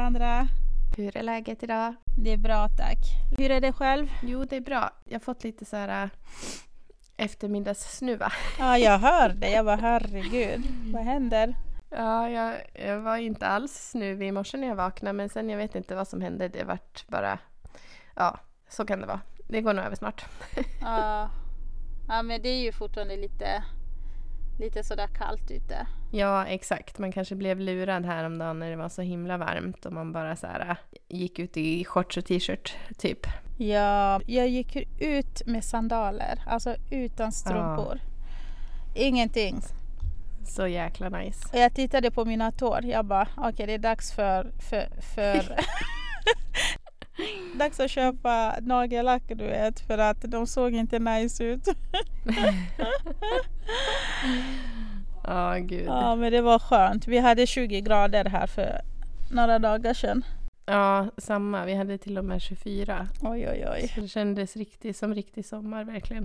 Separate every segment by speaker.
Speaker 1: Sandra.
Speaker 2: Hur är läget idag?
Speaker 1: Det är bra, tack. Hur är det själv?
Speaker 2: Jo, det är bra. Jag har fått lite så här eftermiddagssnuva.
Speaker 1: Ja, jag hör det. Jag bara, herregud. Vad händer?
Speaker 2: Ja, jag var inte alls snuvig i morse när jag vaknade. Men sen jag vet inte vad som hände. Det vart bara... Ja, så kan det vara. Det går nog över snart.
Speaker 1: Ja, men det är ju fortfarande lite sådär kallt ute.
Speaker 2: Ja, exakt. Man kanske blev lurad häromdagen när det var så himla varmt. Och man bara så här gick ut i shorts och t-shirt, typ.
Speaker 1: Ja, jag gick ut med sandaler. Alltså utan strumpor. Ingenting.
Speaker 2: Så jäkla nice.
Speaker 1: Och jag tittade på mina tår. Jag bara, okej, det är dags för dags att köpa nagellack, du vet. För att de såg inte nice ut.
Speaker 2: Ja, gud.
Speaker 1: Ja, men det var skönt. Vi hade 20 grader här för några dagar sedan.
Speaker 2: Ja, samma. Vi hade till och med 24.
Speaker 1: Oj.
Speaker 2: Så det kändes som riktig sommar, verkligen.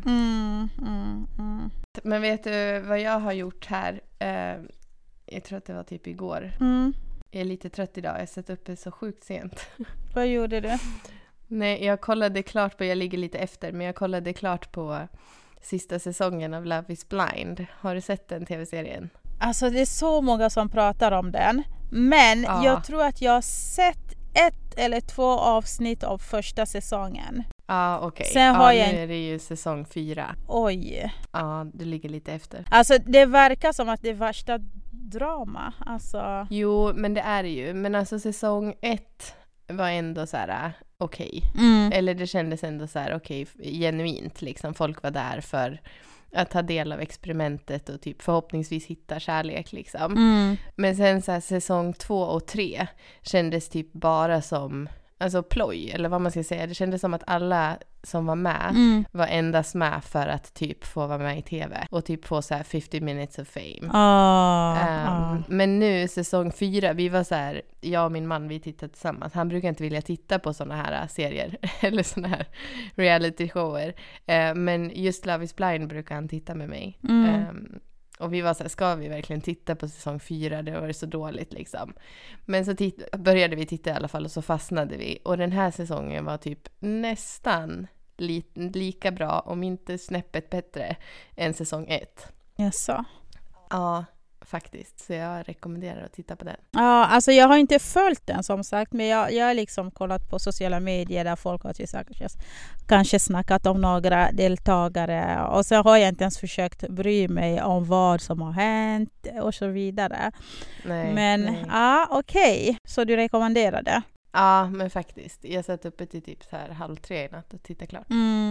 Speaker 2: Men vet du vad jag har gjort här? Jag tror att det var typ igår. Jag är lite trött idag. Jag har sett uppe så sjukt sent.
Speaker 1: Vad gjorde du?
Speaker 2: Nej, jag kollade klart på... Jag ligger lite efter, men jag kollade klart på sista säsongen av Love is Blind. Har du sett den tv-serien?
Speaker 1: Alltså det är så många som pratar om den. Men jag tror att jag har sett 1 eller 2 avsnitt av första säsongen.
Speaker 2: Ja, okej.
Speaker 1: Sen har jag
Speaker 2: nu är det ju säsong 4.
Speaker 1: Oj.
Speaker 2: Ja, du ligger lite efter.
Speaker 1: Alltså det verkar som att det är värsta drama. Alltså...
Speaker 2: Jo, men det är det ju. Men alltså säsong 1 var ändå så här okej. Eller det kändes ändå så här okej, genuint liksom. Folk var där för att ta del av experimentet och typ förhoppningsvis hitta kärlek liksom. Men sen så här, säsong 2 och 3 kändes typ bara som alltså ploj, eller vad man ska säga. Det kändes som att alla som var med var endast med för att typ få vara med i tv. Och typ få så här 50 minutes of fame. Men nu, säsong 4, vi var så här, jag och min man, vi tittade tillsammans. Han brukar inte vilja titta på såna här serier. eller såna här reality shower. Men just Love is Blind brukar han titta med mig. Och vi var så här, ska vi verkligen titta på säsong 4? Det var så dåligt liksom. Men så började vi titta i alla fall och så fastnade vi. Och den här säsongen var typ nästan lika bra, om inte snäppet bättre, än säsong 1.
Speaker 1: Jaså?
Speaker 2: Ja, faktiskt. Så jag rekommenderar att titta på den.
Speaker 1: Ja, alltså jag har inte följt den som sagt. Men jag har liksom kollat på sociala medier där folk har kanske snackat om några deltagare. Och så har jag inte ens försökt bry mig om vad som har hänt och så vidare. Nej. Ja, okej. Så du rekommenderar det?
Speaker 2: Ja, men faktiskt. Jag satt uppe till typ så här 2:30 i natt och tittade klart.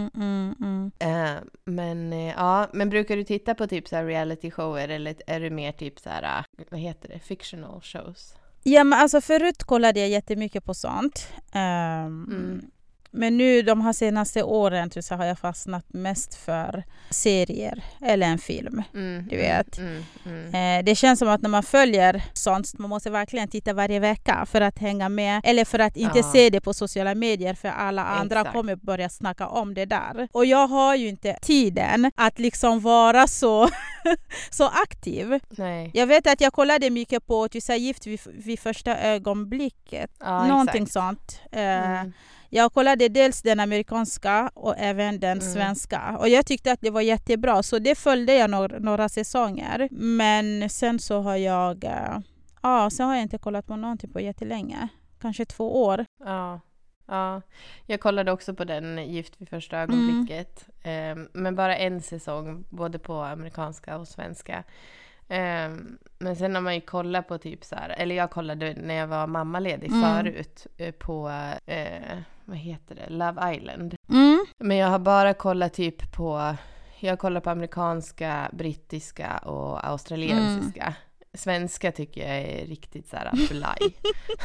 Speaker 2: Men brukar du titta på typ så här reality shower, eller är du mer typ så här, vad heter det, fictional shows?
Speaker 1: Ja, men alltså förut kollade jag jättemycket på sånt. Men nu de här senaste åren så har jag fastnat mest för serier eller en film. Du vet. Det känns som att när man följer sånt, man måste verkligen titta varje vecka för att hänga med. Eller för att inte se det på sociala medier, för alla andra kommer börja snacka om det där. Och jag har ju inte tiden att liksom vara så aktiv.
Speaker 2: Nej.
Speaker 1: Jag vet att jag kollade mycket på Gift vid första ögonblicket. Någonting sånt. Jag kollade dels den amerikanska och även den svenska. Och jag tyckte att det var jättebra. Så det följde jag några säsonger. Men sen så har jag... sen har jag inte kollat på någonting på jättelänge. Kanske 2 år.
Speaker 2: Ja. Jag kollade också på den Gift vid första ögonblicket. Men bara en säsong. Både på amerikanska och svenska. Men sen har man ju kollat på typ så här, eller jag kollade när jag var mammaledig förut på vad heter det, Love Island. Men jag har bara kollat typ på, jag kollar på amerikanska, brittiska och australiensiska. Svenska tycker jag är riktigt så här blaj.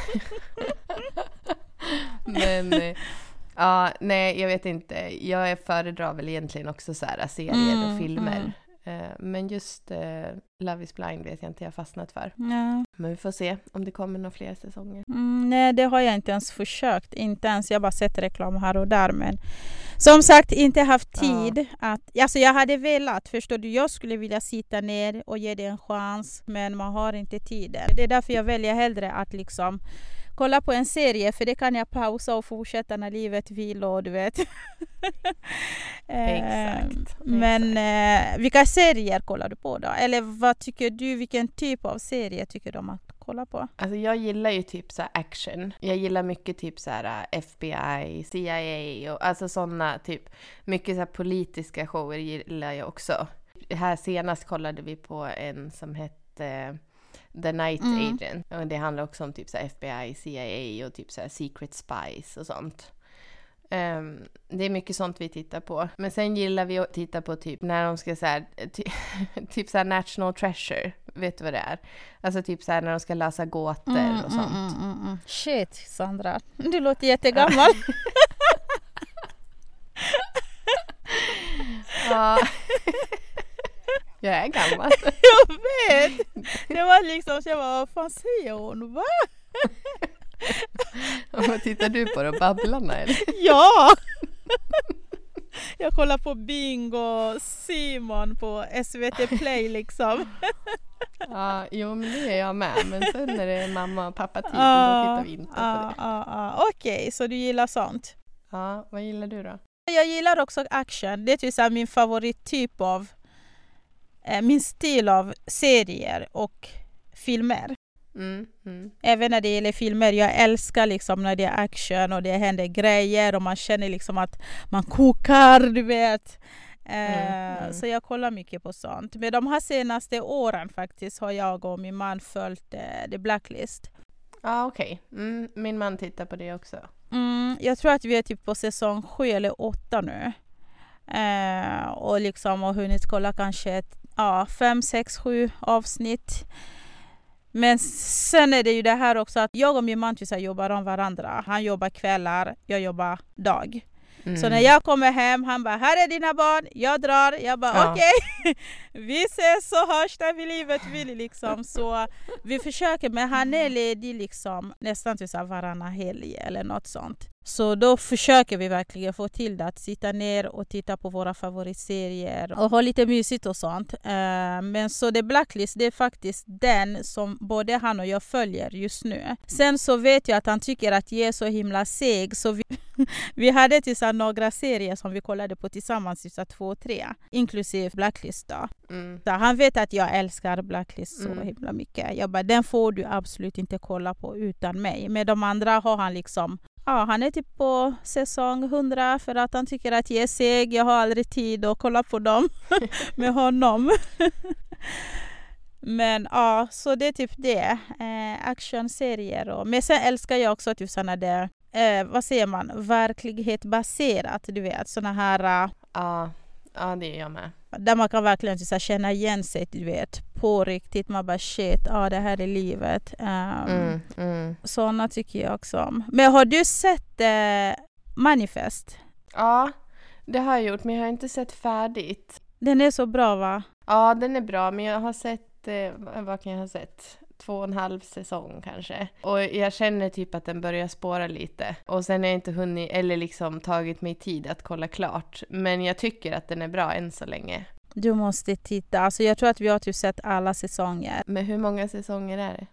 Speaker 2: Men nej, jag vet inte. Jag föredrar väl egentligen också så här serier och filmer. Men just Love is Blind vet jag inte, jag har fastnat för. Ja. Men vi får se om det kommer några fler säsonger.
Speaker 1: Nej, det har jag inte ens försökt. Inte ens, jag bara sett reklam här och där. Men som sagt, inte haft tid att... Alltså jag hade velat, förstår du, jag skulle vilja sitta ner och ge det en chans. Men man har inte tiden. Det är därför jag väljer hellre att liksom kolla på en serie, för det kan jag pausa och fortsätta när livet vill och du vet.
Speaker 2: Exakt.
Speaker 1: Men vilka serier kollar du på då? Eller vad tycker du, vilken typ av serie tycker du om att kolla på?
Speaker 2: Alltså jag gillar ju typ så här action. Jag gillar mycket typ så här FBI, CIA och alltså sådana typ mycket så här politiska shower gillar jag också. Här senast kollade vi på en som hette The Night Agent. Och det handlar också om typ så här FBI, CIA och typ så här Secret Spies och sånt. Det är mycket sånt vi tittar på. Men sen gillar vi att titta på typ när de ska så här, typ så här National Treasure. Vet du vad det är? Alltså typ så här när de ska läsa gåtor och sånt.
Speaker 1: Shit, Sandra. Du låter jättegammal.
Speaker 2: Ja. Jag är gammal.
Speaker 1: Jag vet. Det var liksom, jag bara, vad fan säger hon? Va?
Speaker 2: Vad tittar du på då? Babblarna eller?
Speaker 1: Ja! Jag kollar på Bingo, Simon på SVT Play liksom.
Speaker 2: Ja, jo men det är jag med. Men sen när det är mamma och pappa tid, då tittar vi inte på det.
Speaker 1: Okej, så du gillar sånt?
Speaker 2: Ja, vad gillar du då?
Speaker 1: Jag gillar också action. Det är typ så här min favorittyp av min stil av serier och filmer. Även när det gäller filmer, jag älskar liksom när det är action och det händer grejer och man känner liksom att man kokar, du vet. Så jag kollar mycket på sånt. Men de här senaste åren faktiskt har jag och min man följt The Blacklist.
Speaker 2: Ja, okej. Min man tittar på det också.
Speaker 1: Jag tror att vi är typ på säsong 7 eller 8 nu. Och liksom har hunnit kolla kanske 5, 6, 7 avsnitt. Men sen är det ju det här också att jag och min man jobbar om varandra. Han jobbar kvällar, jag jobbar dag. Så när jag kommer hem, han bara, här är dina barn, jag drar. Jag bara, okej. Vi ses så hörs när vi livet vill liksom. Så vi försöker, men han är ledig liksom nästan varannan helg eller något sånt. Så då försöker vi verkligen få till det, att sitta ner och titta på våra favoritserier och ha lite mysigt och sånt. Men så The Blacklist, det är faktiskt den som både han och jag följer just nu. Sen så vet jag att han tycker att jag är så himla seg, så vi hade några serier som vi kollade på tillsammans, 2-3, inklusive Blacklist då. Så han vet att jag älskar Blacklist så himla mycket. Jag bara, den får du absolut inte kolla på utan mig. Med de andra har han liksom, han är typ på säsong 100 för att han tycker att jag är seg. Jag har aldrig tid att kolla på dem med honom. Men så det är typ det. Actionserier. Men sen älskar jag också typ sådana där, vad säger man, verklighetsbaserat, du vet, sådana här.
Speaker 2: Ja, det är jag med.
Speaker 1: Där man kan verkligen känna igen sig, du vet, på riktigt. Man bara, shit, det här är livet. Sådana tycker jag också om. Men har du sett Manifest?
Speaker 2: Ja, det har jag gjort, men jag har inte sett färdigt.
Speaker 1: Den är så bra, va?
Speaker 2: Ja, den är bra, men jag har sett, vad kan jag ha sett? 2,5 säsong kanske. Och jag känner typ att den börjar spåra lite. Och sen har jag inte hunnit, eller liksom tagit mig tid att kolla klart. Men jag tycker att den är bra än så länge.
Speaker 1: Du måste titta. Alltså jag tror att vi har typ sett alla säsonger.
Speaker 2: Men hur många säsonger är det?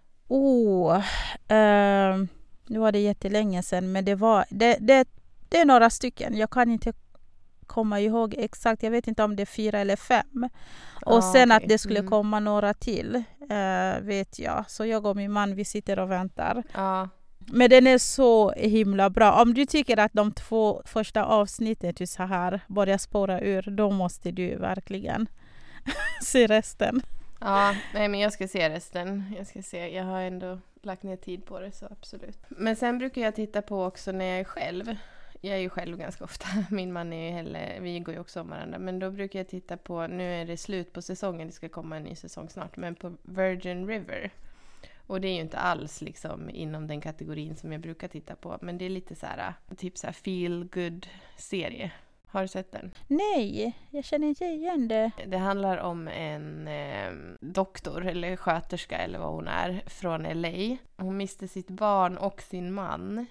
Speaker 1: Nu var det jättelänge sedan. Men det är några stycken. Jag kan inte komma ihåg exakt. Jag vet inte om det är 4 eller 5. Och sen att det skulle komma några till, vet jag. Så jag och min man, vi sitter och väntar. Men den är så himla bra. Om du tycker att de 2 första avsnitten så här börjar spåra ur, då måste du verkligen se resten.
Speaker 2: Nej, men jag ska se resten. Jag har ändå lagt ner tid på det, så absolut. Men sen brukar jag titta på också när jag är själv. Jag är ju själv ganska ofta. Min man är ju heller, vi går ju också om varandra. Men då brukar jag titta på, nu är det slut på säsongen, det ska komma en ny säsong snart. Men på Virgin River. Och det är ju inte alls liksom inom den kategorin som jag brukar titta på. Men det är lite så här, typ så här feel good serie. Har du sett den?
Speaker 1: Nej, jag känner inte igen det.
Speaker 2: Det handlar om en doktor eller sköterska eller vad hon är från LA. Hon miste sitt barn och sin man.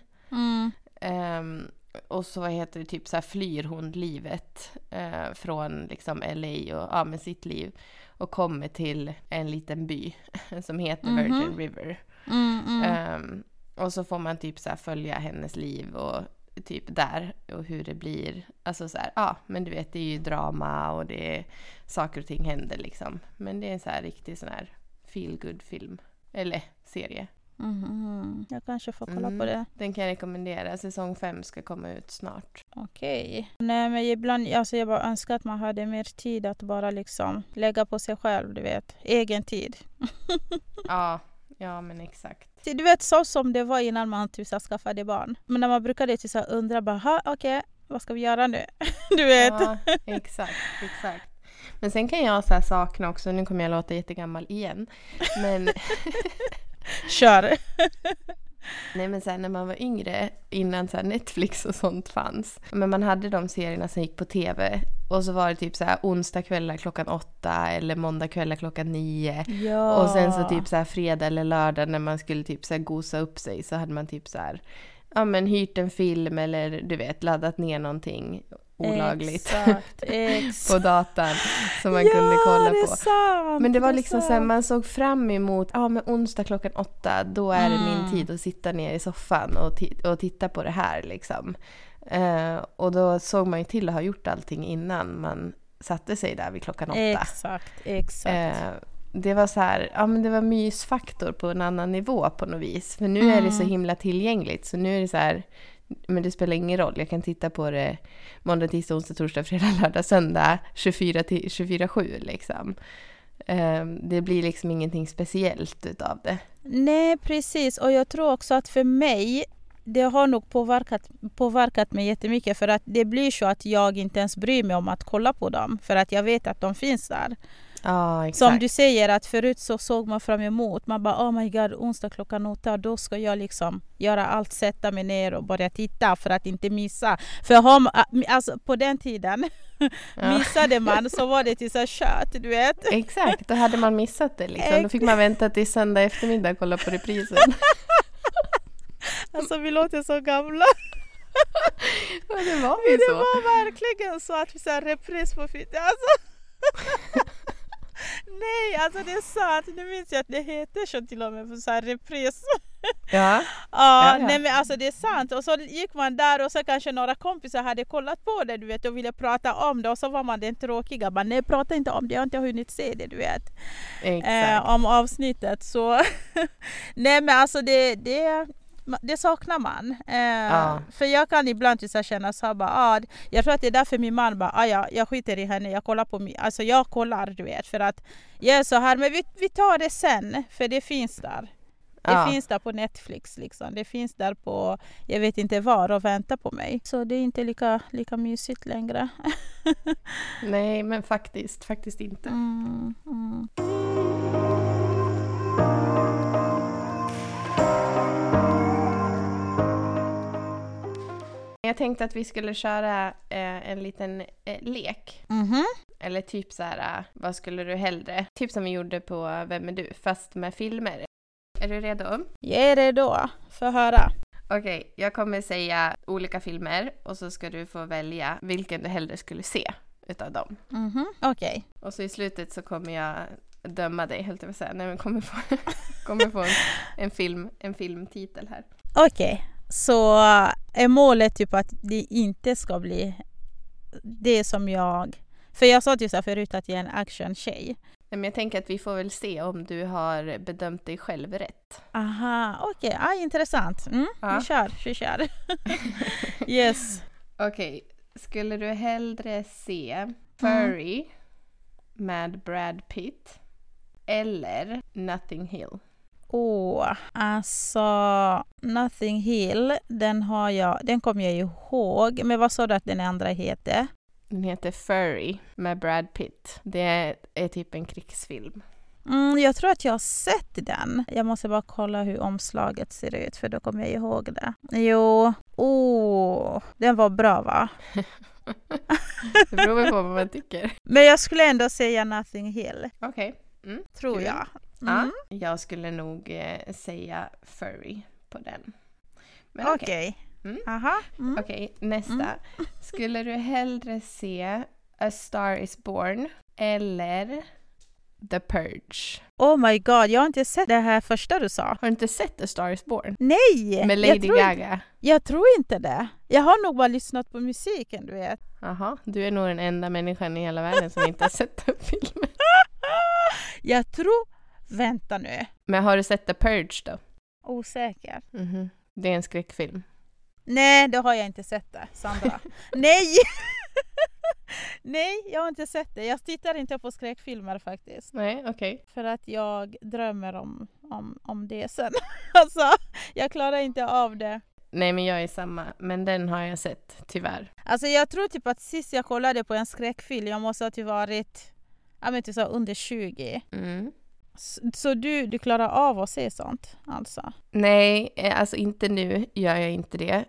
Speaker 2: Och så typ så här flyr hon livet från liksom LA och med sitt liv och kommer till en liten by som heter Virgin River. Och så får man typ så här följa hennes liv och typ där och hur det blir. Alltså så här, ja, men du vet, det är ju drama och det är saker och ting händer liksom. Men det är en så här riktig sån här feel good film eller serie.
Speaker 1: Jag kanske får kolla på det.
Speaker 2: Den kan jag rekommendera. Säsong 5 ska komma ut snart.
Speaker 1: Okej. Nej, men ibland, alltså jag bara önskar att man hade mer tid att bara liksom lägga på sig själv, du vet. Egen tid.
Speaker 2: Ja, men exakt.
Speaker 1: Du vet, så som det var innan man typ skaffade barn. Men när man brukade typ undra bara, okej, vad ska vi göra nu? Du vet.
Speaker 2: Ja, exakt. Men sen kan jag så här sakna också, nu kommer jag låta jättegammal igen. Men
Speaker 1: kör.
Speaker 2: Nej, men sen när man var yngre, innan så här Netflix och sånt fanns. Men man hade de serierna som gick på tv. Och så var det typ så här onsdag kvällar klockan 8 eller måndag kvällar klockan 9.
Speaker 1: Ja.
Speaker 2: Och sen så typ så här fredag eller lördag när man skulle typ så här gosa upp sig, så hade man typ så här, ja men hyrt en film eller du vet laddat ner någonting olagligt på datan som man kunde kolla på.
Speaker 1: Sant,
Speaker 2: men det var liksom så här, man såg fram emot, men onsdag klockan 8, då är det min tid att sitta ner i soffan och titta på det här liksom. Och då såg man ju till att ha gjort allting innan man satte sig där vid klockan 8.
Speaker 1: Exakt.
Speaker 2: Det var så här, men det var mysfaktor på en annan nivå på något vis. För nu är det så himla tillgängligt, så nu är det så här, men det spelar ingen roll. Jag kan titta på det måndag, tisdag, onsdag, torsdag, fredag, lördag, söndag 24/7 liksom. Det blir liksom ingenting speciellt utav det.
Speaker 1: Nej, precis. Och jag tror också att för mig, det har nog påverkat mig jättemycket, för att det blir så att jag inte ens bryr mig om att kolla på dem, för att jag vet att de finns där.
Speaker 2: Ja, exakt.
Speaker 1: Som du säger, att förut så såg man fram emot, man bara, oh my god, onsdag klockan 8, då ska jag liksom göra allt, sätta mig ner och börja titta för att inte missa. För alltså, på den tiden missade man, så var det till så kött, du vet.
Speaker 2: Exakt, då hade man missat det liksom. Då fick man vänta till söndag eftermiddag och kolla på reprisen.
Speaker 1: Alltså vi låter så gamla.
Speaker 2: Ja, det var ju så.
Speaker 1: Det var verkligen så att vi sa repris på fitta. Alltså. Nej, alltså det är sant. Nu minns jag att det heter så till och med för så här repris.
Speaker 2: Ja.
Speaker 1: Nej men alltså det är sant. Och så gick man där och så kanske några kompisar hade kollat på det, du vet, och ville prata om det, och så var man den tråkiga. Men nej, prata inte om det, jag har inte hunnit se det, du vet.
Speaker 2: Exakt.
Speaker 1: Om avsnittet så. Nej men alltså det saknar man. För jag kan ibland så känna så här bara, jag tror att det är därför min man bara, jag skiter i henne, jag kollar på mig. Alltså jag kollar, du vet, för att jag är så här, men vi tar det sen, för det finns där. Det finns där på Netflix liksom. Det finns där på, jag vet inte var, och väntar på mig. Så det är inte lika mysigt längre.
Speaker 2: Nej, men faktiskt inte. Jag tänkte att vi skulle köra en liten lek. Eller typ så här, vad skulle du hellre? Typ som vi gjorde på Vem är du? Fast med filmer. Är du redo?
Speaker 1: Jag är redo. Få höra.
Speaker 2: Okej, jag kommer säga olika filmer och så ska du få välja vilken du hellre skulle se utav dem.
Speaker 1: Okej.
Speaker 2: Och så i slutet så kommer jag döma dig, helt enkelt säga. Nej, men kommer få en filmtitel här.
Speaker 1: Okej. Så är målet typ att det inte ska bli det som jag... För jag sa ju så förut att jag är en action-tjej.
Speaker 2: Men jag tänker att vi får väl se om du har bedömt dig själv rätt.
Speaker 1: Aha, okej. Intressant. Vi kör. Yes.
Speaker 2: Okej. Skulle du hellre se Furry med Brad Pitt eller Notting Hill?
Speaker 1: Alltså Notting Hill, den kommer jag ihåg. Men vad sa du att den andra heter?
Speaker 2: Den heter Furry med Brad Pitt. Det är typ en krigsfilm.
Speaker 1: Jag tror att jag har sett den. Jag måste bara kolla hur omslaget ser ut, för då kommer jag ihåg det. Jo, den var bra, va?
Speaker 2: Det beror på vad man tycker.
Speaker 1: Men jag skulle ändå säga Notting Hill.
Speaker 2: Okej.
Speaker 1: Tror jag.
Speaker 2: Jag skulle nog säga Furry på den.
Speaker 1: Okej.
Speaker 2: Okej, nästa. Skulle du hellre se A Star is Born eller The Purge.
Speaker 1: Oh my god, jag har inte sett det här första du sa.
Speaker 2: Har du inte sett A Star is Born?
Speaker 1: Nej!
Speaker 2: Med Lady Gaga?
Speaker 1: Jag tror inte det. Jag har nog bara lyssnat på musiken, du vet.
Speaker 2: Jaha, du är nog den enda människan i hela världen som inte har sett den filmen.
Speaker 1: Jag tror... Vänta nu.
Speaker 2: Men har du sett The Purge då?
Speaker 1: Osäker.
Speaker 2: Mm-hmm. Det är en skräckfilm.
Speaker 1: Nej, det har jag inte sett det, Sandra. Nej! Nej, jag har inte sett det. Jag tittar inte på skräckfilmer faktiskt.
Speaker 2: Nej, okej. Okay.
Speaker 1: För att jag drömmer om det sen. Alltså, jag klarar inte av det.
Speaker 2: Nej, men jag är samma. Men den har jag sett, tyvärr.
Speaker 1: Alltså jag tror typ att sist jag kollade på en skräckfilm, jag måste ha typ varit typ så under 20.
Speaker 2: Mm.
Speaker 1: Så du klarar av att se sånt, alltså?
Speaker 2: Nej, alltså inte nu gör jag inte det.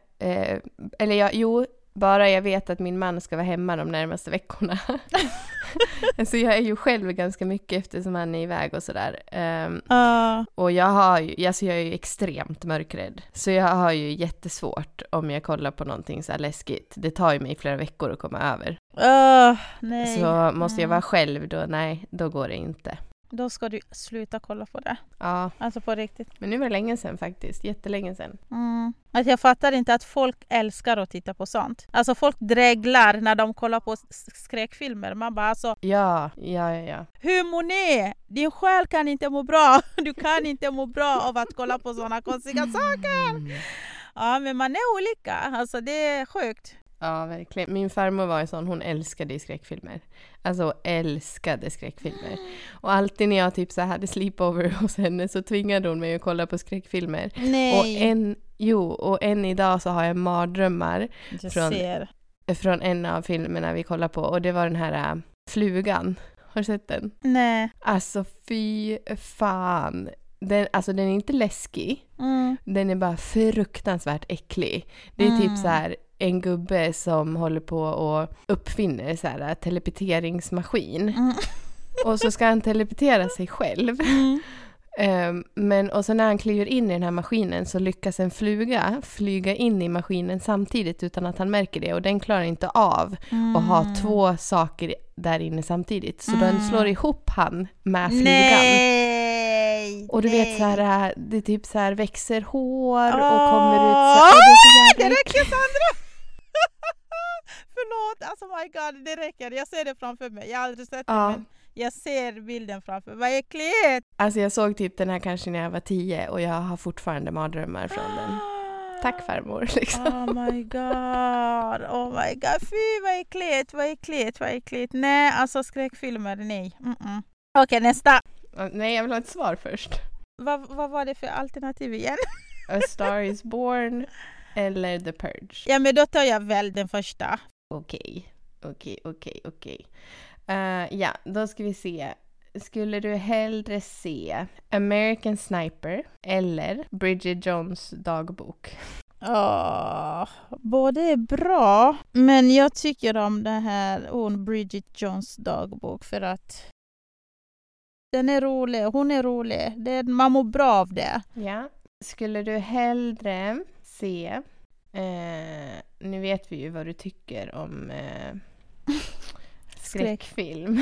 Speaker 2: Bara jag vet att min man ska vara hemma de närmaste veckorna. Alltså jag är ju själv ganska mycket eftersom han är iväg och sådär. Och jag är ju extremt mörkrädd. Så jag har ju jättesvårt om jag kollar på någonting så här läskigt. Det tar ju mig flera veckor att komma över.
Speaker 1: Nej.
Speaker 2: Så måste jag vara själv då går det inte.
Speaker 1: Då ska du sluta kolla på det.
Speaker 2: Ja.
Speaker 1: Alltså på riktigt.
Speaker 2: Men nu var det länge sedan faktiskt. Jättelänge sedan.
Speaker 1: Alltså jag fattar inte att folk älskar att titta på sånt. Alltså folk dreglar när de kollar på skräckfilmer. Man bara alltså...
Speaker 2: Ja.
Speaker 1: Hur mår ni? Din själ kan inte må bra. Du kan inte må bra av att kolla på såna konstiga saker. Ja, men man är olika. Alltså det är sjukt.
Speaker 2: Ja, verkligen. Min farmor var en sån, hon älskade skräckfilmer. Alltså älskade skräckfilmer. Och alltid när jag typ så hade sleepover hos henne så tvingade hon mig att kolla på skräckfilmer.
Speaker 1: Nej.
Speaker 2: Och än idag så har jag mardrömmar från en av filmerna vi kollar på. Och det var den här flugan. Har du sett den?
Speaker 1: Nej.
Speaker 2: Alltså fy fan. Den är inte läskig. Den är bara fruktansvärt äcklig. Det är typ så här en gubbe som håller på och uppfinner så här teleporteringsmaskin. Och så ska han teleportera sig själv. Och så när han kliver in i den här maskinen så lyckas en fluga flyga in i maskinen samtidigt utan att han märker det. Och den klarar inte av att ha två saker där inne samtidigt. Så den slår ihop han med flugan.
Speaker 1: Nej!
Speaker 2: Och du vet så här, det typ så här växer hår och kommer ut så här.
Speaker 1: Det räcker, Sandra! Förlåt, alltså my god, det räcker. Jag ser det framför mig. Jag har aldrig sett det, men jag ser bilden framför mig. Vad äckligt!
Speaker 2: Alltså jag såg typ den här kanske när jag var 10 och jag har fortfarande mardrömmar från den. Tack farmor, liksom.
Speaker 1: Oh my god. Fy, vad äckligt. Nej, alltså skräckfilmer, nej. Okej, nästa.
Speaker 2: Nej, jag vill ha ett svar först.
Speaker 1: Vad var det för alternativ igen?
Speaker 2: A Star is Born eller The Purge?
Speaker 1: Ja, men då tar jag väl den första.
Speaker 2: Okej. Ja, då ska vi se. Skulle du hellre se American Sniper eller Bridget Jones dagbok?
Speaker 1: Båda är bra. Men jag tycker om det här Bridget Jones dagbok för att den är rolig. Hon är rolig. Man mår bra av det.
Speaker 2: Ja. Skulle du hellre se... nu vet vi ju vad du tycker om skräckfilm.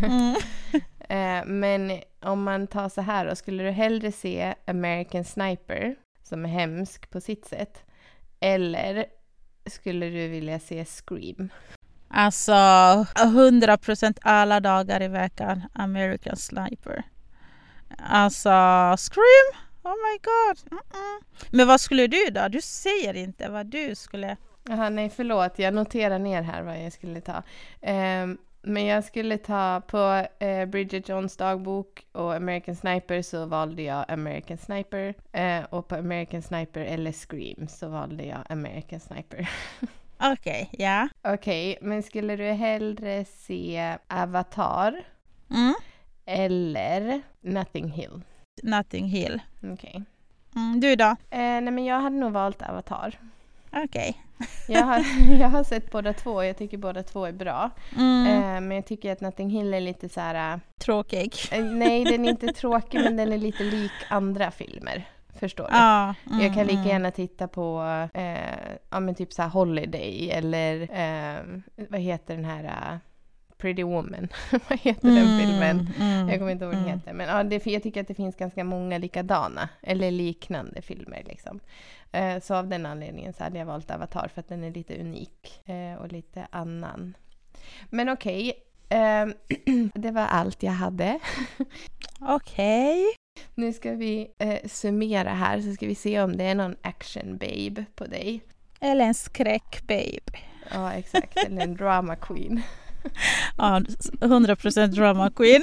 Speaker 2: Men om man tar så här då. Skulle du hellre se American Sniper som är hemsk på sitt sätt? Eller skulle du vilja se Scream?
Speaker 1: Alltså 100% alla dagar i veckan American Sniper. Alltså Scream? Oh my god. Men vad skulle du då? Du säger inte vad du skulle...
Speaker 2: Jaha, nej förlåt. Jag noterar ner här vad jag skulle ta. Men jag skulle ta på Bridget Jones dagbok och American Sniper så valde jag American Sniper. Och på American Sniper eller Scream så valde jag American Sniper.
Speaker 1: Okej, ja.
Speaker 2: Okej, men skulle du hellre se Avatar eller Notting Hill?
Speaker 1: Notting Hill.
Speaker 2: Okej.
Speaker 1: Du då?
Speaker 2: Nej, men jag hade nog valt Avatar.
Speaker 1: Okej.
Speaker 2: Jag har sett båda två. Jag tycker båda två är bra. Men jag tycker att Notting Hill är lite så här...
Speaker 1: Tråkig.
Speaker 2: Nej, den är inte tråkig men den är lite lik andra filmer. Förstår du? Jag kan lika gärna titta på men typ så här Holiday eller vad heter den här Pretty Woman. Vad heter den filmen? Jag kommer inte ihåg vad den heter. Men ja, jag tycker att det finns ganska många likadana eller liknande filmer liksom. Så av den anledningen så hade jag valt Avatar för att den är lite unik och lite annan. Men okej. Det var allt jag hade.
Speaker 1: Okej.
Speaker 2: Nu ska vi summera här, så ska vi se om det är någon action babe på dig.
Speaker 1: Eller en skräck babe.
Speaker 2: Ja, exakt. Eller en drama queen.
Speaker 1: Ja, 100% drama queen.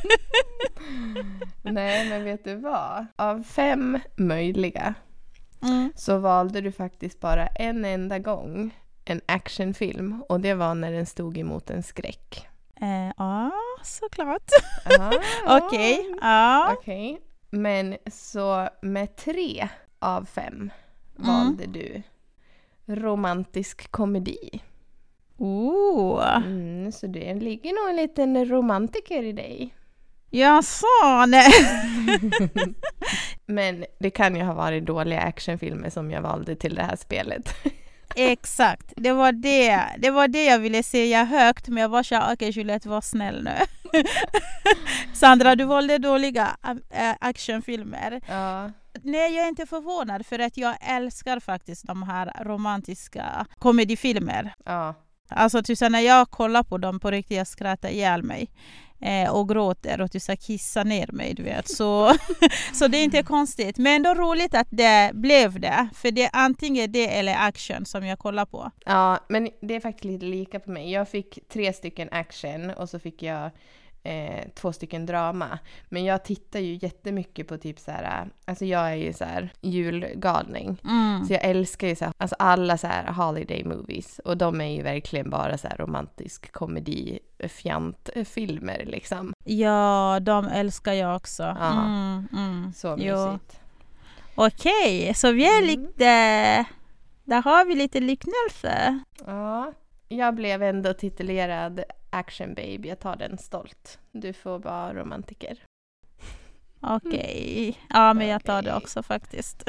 Speaker 2: Nej, men vet du vad? Av 5 möjliga så valde du faktiskt bara en enda gång en actionfilm. Och det var när den stod emot en skräck.
Speaker 1: Ja, såklart.
Speaker 2: Okej.
Speaker 1: Ja.
Speaker 2: Okej. Men så med 3 av 5 valde du romantisk komedi. Så det ligger nog en liten romantiker i dig.
Speaker 1: Jag sa det.
Speaker 2: Men det kan ju ha varit dåliga actionfilmer som jag valde till det här spelet.
Speaker 1: Exakt, det var det jag ville säga högt, men jag var så okej, Juliette, var snäll nu. Sandra, du valde dåliga actionfilmer.
Speaker 2: Ja.
Speaker 1: Nej, jag är inte förvånad, för att jag älskar faktiskt de här romantiska komedifilmer.
Speaker 2: Ja.
Speaker 1: Alltså när jag kollar på dem på riktigt, jag skrattar ihjäl mig och gråter och kissar ner mig, du vet. Så det är inte konstigt. Men ändå roligt att det blev det. För det är antingen det eller action som jag kollar på.
Speaker 2: Ja, men det är faktiskt lite lika på mig. Jag fick 3 stycken action och så fick jag 2 stycken drama. Men jag tittar ju jättemycket på typ så här, alltså jag är ju så här julgalning. Så jag älskar ju så här, alltså alla så här holiday movies, och de är ju verkligen bara så här romantisk komedi fjantfilmer liksom.
Speaker 1: Ja, de älskar jag också.
Speaker 2: Så mysigt.
Speaker 1: Okej, så vi är lite, där har vi lite liknelse.
Speaker 2: Ja, jag blev ändå titulerad action babe, jag tar den stolt. Du får vara romantiker.
Speaker 1: Okej. Ja, men jag tar det också faktiskt.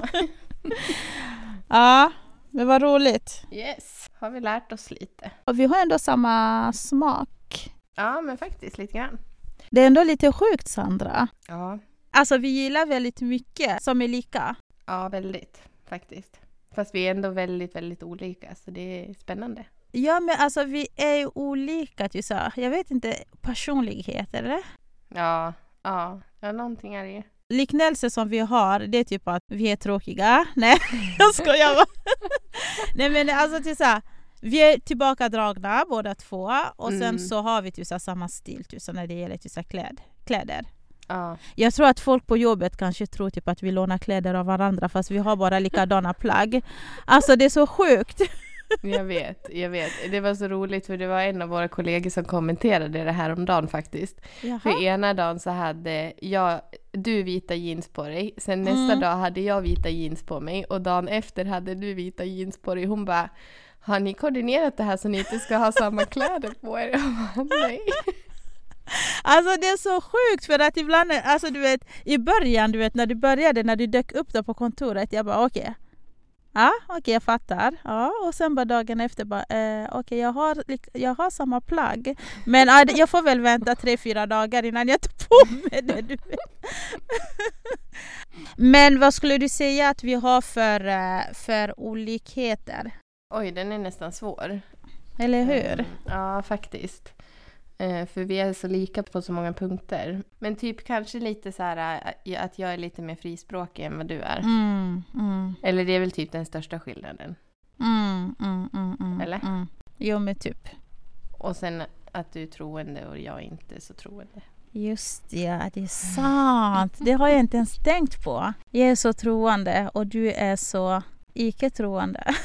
Speaker 1: Ja, men vad roligt.
Speaker 2: Yes, har vi lärt oss lite.
Speaker 1: Och vi har ändå samma smak.
Speaker 2: Ja, men faktiskt lite grann.
Speaker 1: Det är ändå lite sjukt, Sandra.
Speaker 2: Ja.
Speaker 1: Alltså vi gillar väldigt mycket som är lika.
Speaker 2: Ja, väldigt faktiskt. Fast vi är ändå väldigt, väldigt olika, så det är spännande.
Speaker 1: Ja, men alltså vi är ju olika, du sa. Jag vet inte, personlighet, eller?
Speaker 2: Ja, någonting är det ju.
Speaker 1: Liknelse som vi har, det är typ att vi är tråkiga. Nej, jag skojar bara. Nej, men alltså till så här, vi är tillbakadragna båda två. Och sen så har vi typ så här, samma stil typ, så när det gäller typ så här, kläder.
Speaker 2: Ja.
Speaker 1: Jag tror att folk på jobbet kanske tror typ att vi lånar kläder av varandra, fast vi har bara likadana plagg. Alltså det är så sjukt.
Speaker 2: Jag vet. Det var så roligt, för det var en av våra kollegor som kommenterade det här om dagen faktiskt.
Speaker 1: Jaha.
Speaker 2: För ena dagen så hade du vita jeans på dig. Sen nästa dag hade jag vita jeans på mig. Och dagen efter hade du vita jeans på dig. Hon bara, har ni koordinerat det här så ni inte ska ha samma kläder på er? Jag bara, nej.
Speaker 1: Alltså det är så sjukt, för att ibland, alltså du vet, i början, du vet, när du dök upp där på kontoret, jag bara okej, jag fattar. Ja, och sen bara dagen efter bara okej, jag har samma plagg. Men jag får väl vänta 3-4 dagar innan jag tar på mig det, du vet. Men vad skulle du säga att vi har för olikheter?
Speaker 2: Oj, den är nästan svår.
Speaker 1: Eller hur?
Speaker 2: Ja, faktiskt. För vi är så lika på så många punkter. Men typ kanske lite så här att jag är lite mer frispråkig än vad du är. Eller det är väl typ den största skillnaden. Eller?
Speaker 1: Jo, men typ.
Speaker 2: Och sen att du är troende och jag är inte så troende.
Speaker 1: Just det, det är sant. Det har jag inte ens tänkt på. Jag är så troende och du är så icke-troende.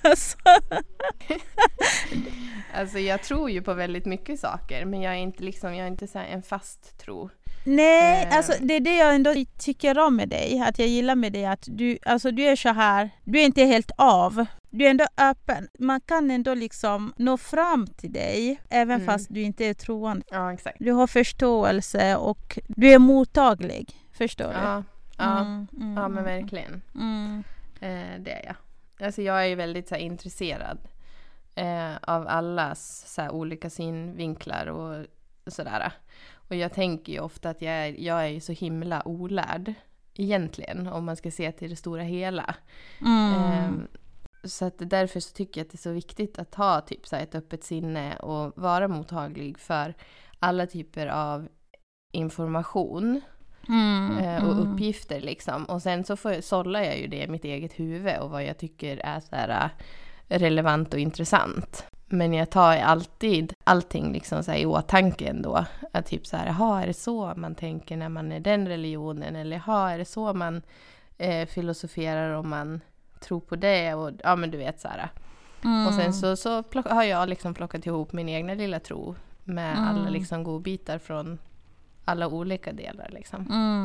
Speaker 2: Alltså jag tror ju på väldigt mycket saker, men jag är inte så här en fast tro.
Speaker 1: Nej, alltså det är det jag ändå tycker om med dig, att jag gillar med dig, att du är så här, du är inte helt av. Du är ändå öppen. Man kan ändå liksom nå fram till dig även fast du inte är troende.
Speaker 2: Ja, exakt.
Speaker 1: Du har förståelse och du är mottaglig, förstår du?
Speaker 2: Ja, men verkligen. Det är jag. Alltså jag är ju väldigt så här, intresserad av allas så här, olika synvinklar och sådär. Och jag tänker ju ofta att jag är ju så himla olärd egentligen, om man ska se till det stora hela. Så att därför så tycker jag att det är så viktigt att ha typ så här ett öppet sinne och vara mottaglig för alla typer av information och uppgifter liksom. Och sen så sållar jag ju det i mitt eget huvud och vad jag tycker är så här relevant och intressant. Men jag tar alltid allting liksom så här i åtanke ändå. Att typ så här, är det så man tänker när man är den religionen? Eller är det så man filosoferar om man tror på det? Och ja, men du vet så här. Och sen så har jag liksom plockat ihop min egna lilla tro med alla liksom godbitar från alla olika delar liksom.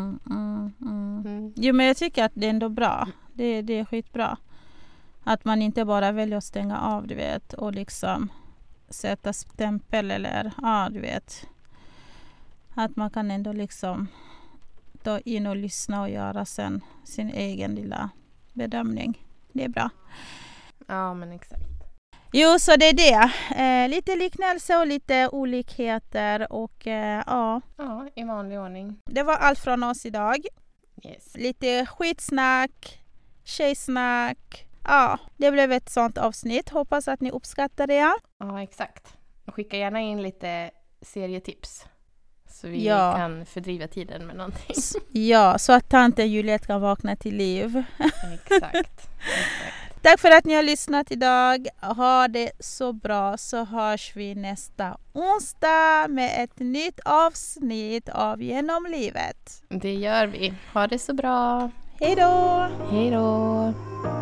Speaker 1: Jo, men jag tycker att det är ändå bra. Det är skitbra. Att man inte bara väljer att stänga av, du vet, och liksom sätta stämpel eller, du vet. Att man kan ändå liksom ta in och lyssna och göra sen sin egen lilla bedömning. Det är bra.
Speaker 2: Ja, men exakt.
Speaker 1: Jo, så det är det. Lite liknelse och lite olikheter och ja.
Speaker 2: Ja, i vanlig ordning.
Speaker 1: Det var allt från oss idag.
Speaker 2: Yes.
Speaker 1: Lite skitsnack, tjejsnack. Ja, det blev ett sånt avsnitt. Hoppas att ni uppskattar det.
Speaker 2: Ja, exakt. Skicka gärna in lite serietips. Så vi kan fördriva tiden med någonting.
Speaker 1: Ja, så att tanten Juliette kan vakna till liv.
Speaker 2: Exakt.
Speaker 1: Tack för att ni har lyssnat idag. Ha det så bra, så hörs vi nästa onsdag med ett nytt avsnitt av Genom livet.
Speaker 2: Det gör vi. Ha det så bra.
Speaker 1: Hej då!
Speaker 2: Hej då!